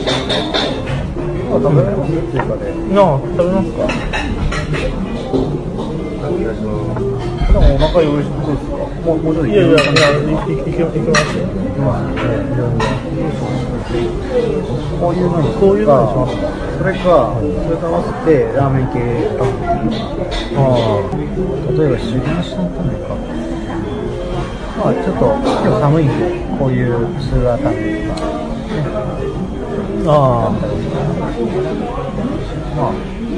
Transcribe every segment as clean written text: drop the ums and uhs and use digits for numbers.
食べますっていうかね。 食べますか。でもお腹よろしくですか。もうちょっといけますよ。 こういうのにしますか。それか、それと合わせてラーメン系。例えば修行しないためか。まあちょっと今日寒いんで、こういうスーラータンメンとか。まあ。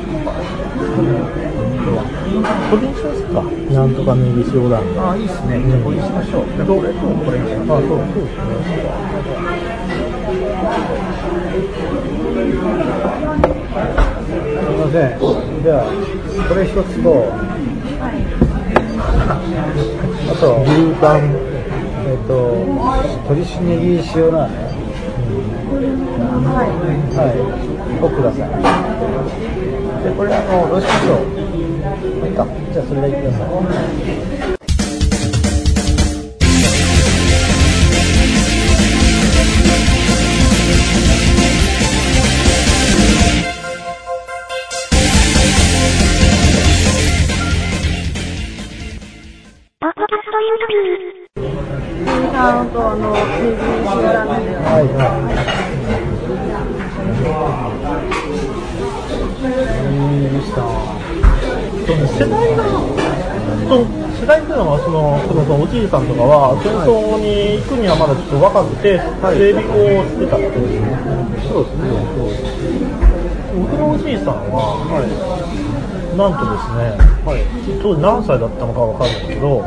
これにしますか。なんとかネギ塩ラーメン。 いいですね。じゃあこれにしましょう。これとこれにしましょう。そうですね。すみません。じゃあこれ一つと、あと牛タン、鶏しネギ塩ラーメン。をください。でこれどうしましょう。いいか。じゃあそれでいってください。 世代っていうのはそのおじいさんとかは戦争に行くにはまだちょっと若くて整備工をしてたってことですね。 そうですね。 僕のおじいさんは、なんとですね、当時何歳だったのかわかんないけど、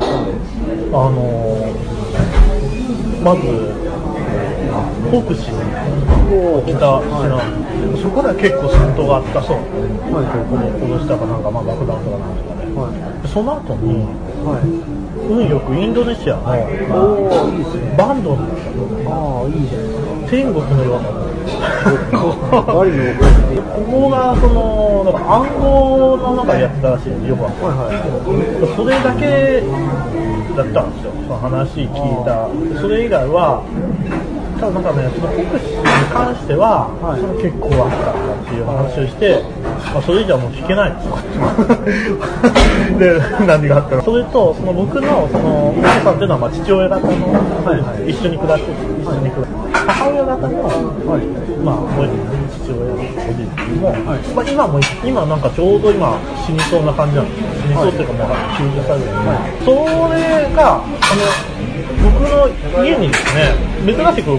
まず北市に来た市なんで、そこでは結構戦闘があったそう。殺したかなんか、爆弾とかなんとかで。その後に、運よくインドネシアのバンドになった。天国のような。ここがそのなんか暗号の中でやってたらしいんですよ。それだけだったんですよ。その話聞いた。それ以外は。ただなんかね、その国士に関しては、その結構あったっていう話をして、それ以上はもう聞けないんですよ。で、何があったの。それと、その僕のそのお父さんっていうのは父親方の、一緒に暮らして母親方の、父親のおじいさんも、今なんかちょうど死にそうな感じなんですよ。死にそうっていうかもう90歳ぐらい。それが僕の家にですね、珍しく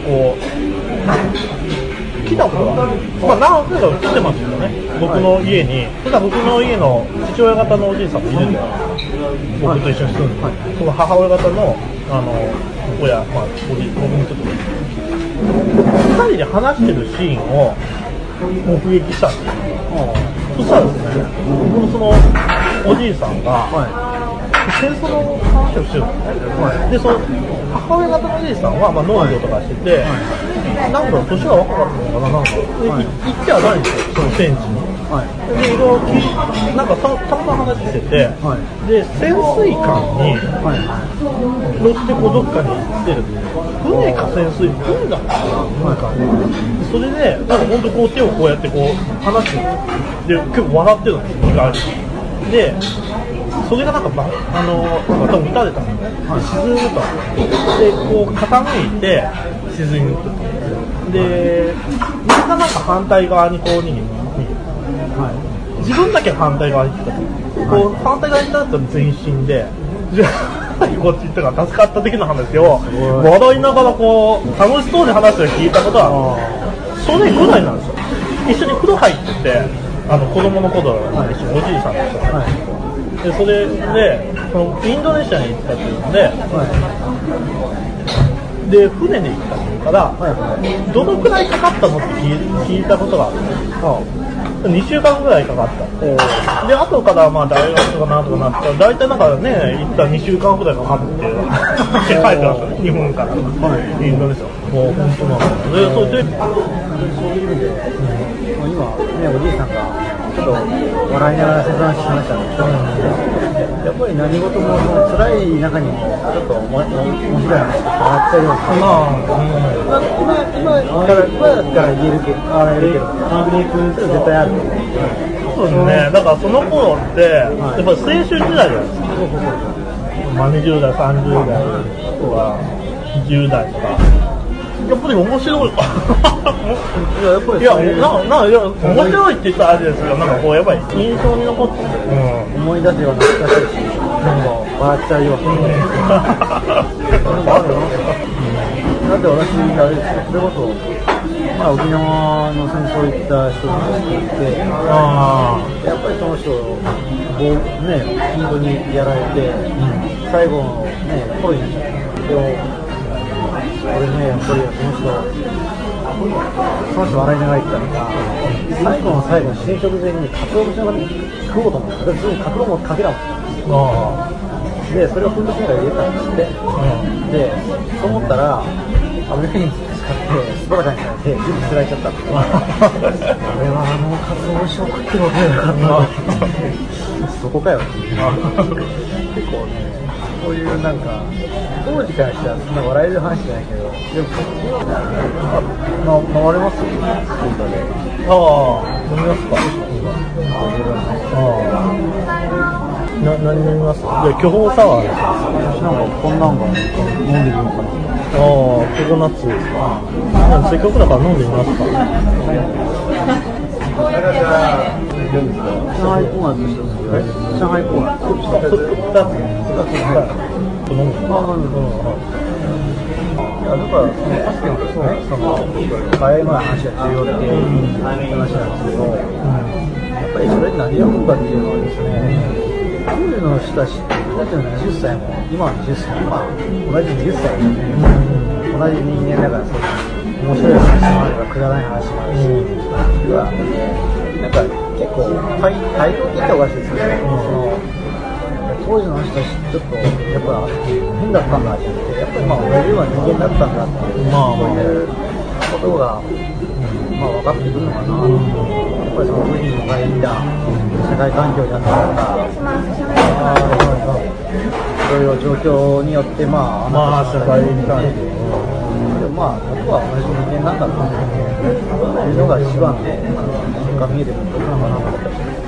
来たことが、何回か来てますよね。僕の家に、ただ僕の家の父親方のおじいさんもいるんで、僕と一緒に住んで、その母親方の親、おじい、僕にちょっと2人で話してるシーンを目撃したんですよ。そしたらですね、僕のそのおじいさんが、戦争の話をしてるんですね。で、その母親方のおじいさんは農業とかしてて、なんか年が若かったのかな、行ってはないんですよ、その戦地に。で、いろいろなんかたまたま話してて、で、潜水艦に乗ってどっかに行ってるんで、船か船だったなんか、それで、なんか本当手をやって話してるんですよ。で、結構笑ってるんですよ、で、それがなんか多分撃たれたのね、沈むと。で、傾いて沈み抜くと。で、みんななんか反対側に逃げて、自分だけ反対側に来た。反対側に行ったら全身で、こっち行ったから助かった的な話を笑いながら楽しそうに話して聞いたことは、それぐらいなんですよ。一緒に風呂入ってて、子供の頃一緒におじいさんと一緒に。でそれでインドネシアに行ったっていうので、で船で行ったっていうから、どのくらいかかったのって聞いたことがあるんです。2週間ぐらいかかった。で後から大学とかなんとかなったら大体なんかね行ったら2週間ぐらいかかって帰ってましたね、日本から、インドネシア。もう本当なんです。でそういう意味で、 今ねおじいさんがちょっと笑いながら切断してましたね。やっぱり何事もその辛い中にもちょっと面白い話が笑っちゃいますね。今だったら言えるけど、笑えるけど、マグニ君って絶対あると思う。 そうですね。だからその頃って、やっぱり青春時代じゃないですか。まあ20代、30代とか10代とか。やっぱり面白い。いや、面白いって言ったらあれですけど、なんかこうやっぱり印象に残って、 思い出せば懐かしいし、笑っちゃうよ。だって私あれですよ、それこそ、まあ沖縄の戦争行った人たちがいて、やっぱりその人ね本当にやられて、最後のね頃に俺ね、やっぱりその人笑いながら言ったのが、最後の最後に死ぬ直前にカツオ節の食おうと思った。普通にカツオもかけらもで、それをふんどしながら入れたんですって。で、そう思ったら、アメリカ人使ってスパラカにされて全部捨てられちゃったって。俺はカツオ節を食ってるわけだからそこかよっていう。結構ね、そういうなんか当時からしたらそんな笑える話じゃないけど、でも回れますよ、本当に。飲みますか？何飲みますか？ 巨峰サワーです。 なんかこんなんが飲んでみようかな。 ココナッツですか？せっかくだから飲んでみますか？ 上海コーナツ一つ。上海コーナツ 2つ。いやだからさっきのですね、その早い前の話が重要っていう話なんですけど、やっぱりそれに何を思うかっていうのはですね、当時の人たちって僕たちの20歳も今は20歳、今同じ20歳で、同じ人間だからそういう面白い話もあればくだらない話もあるし、なんか結構対等って言ったらおかしいですけど、当時の人たちちょっとやっぱ変だったんだじゃなくて、やっぱりまあ同じような人間だったんだっていう、そういうことが、分かってくるのかな。やっぱりその時にいた社会環境じゃなかったいろいろ状況によって社会環境でも僕は同じ人間なんだなっていうのが一番のが見えてくるのかなと思って。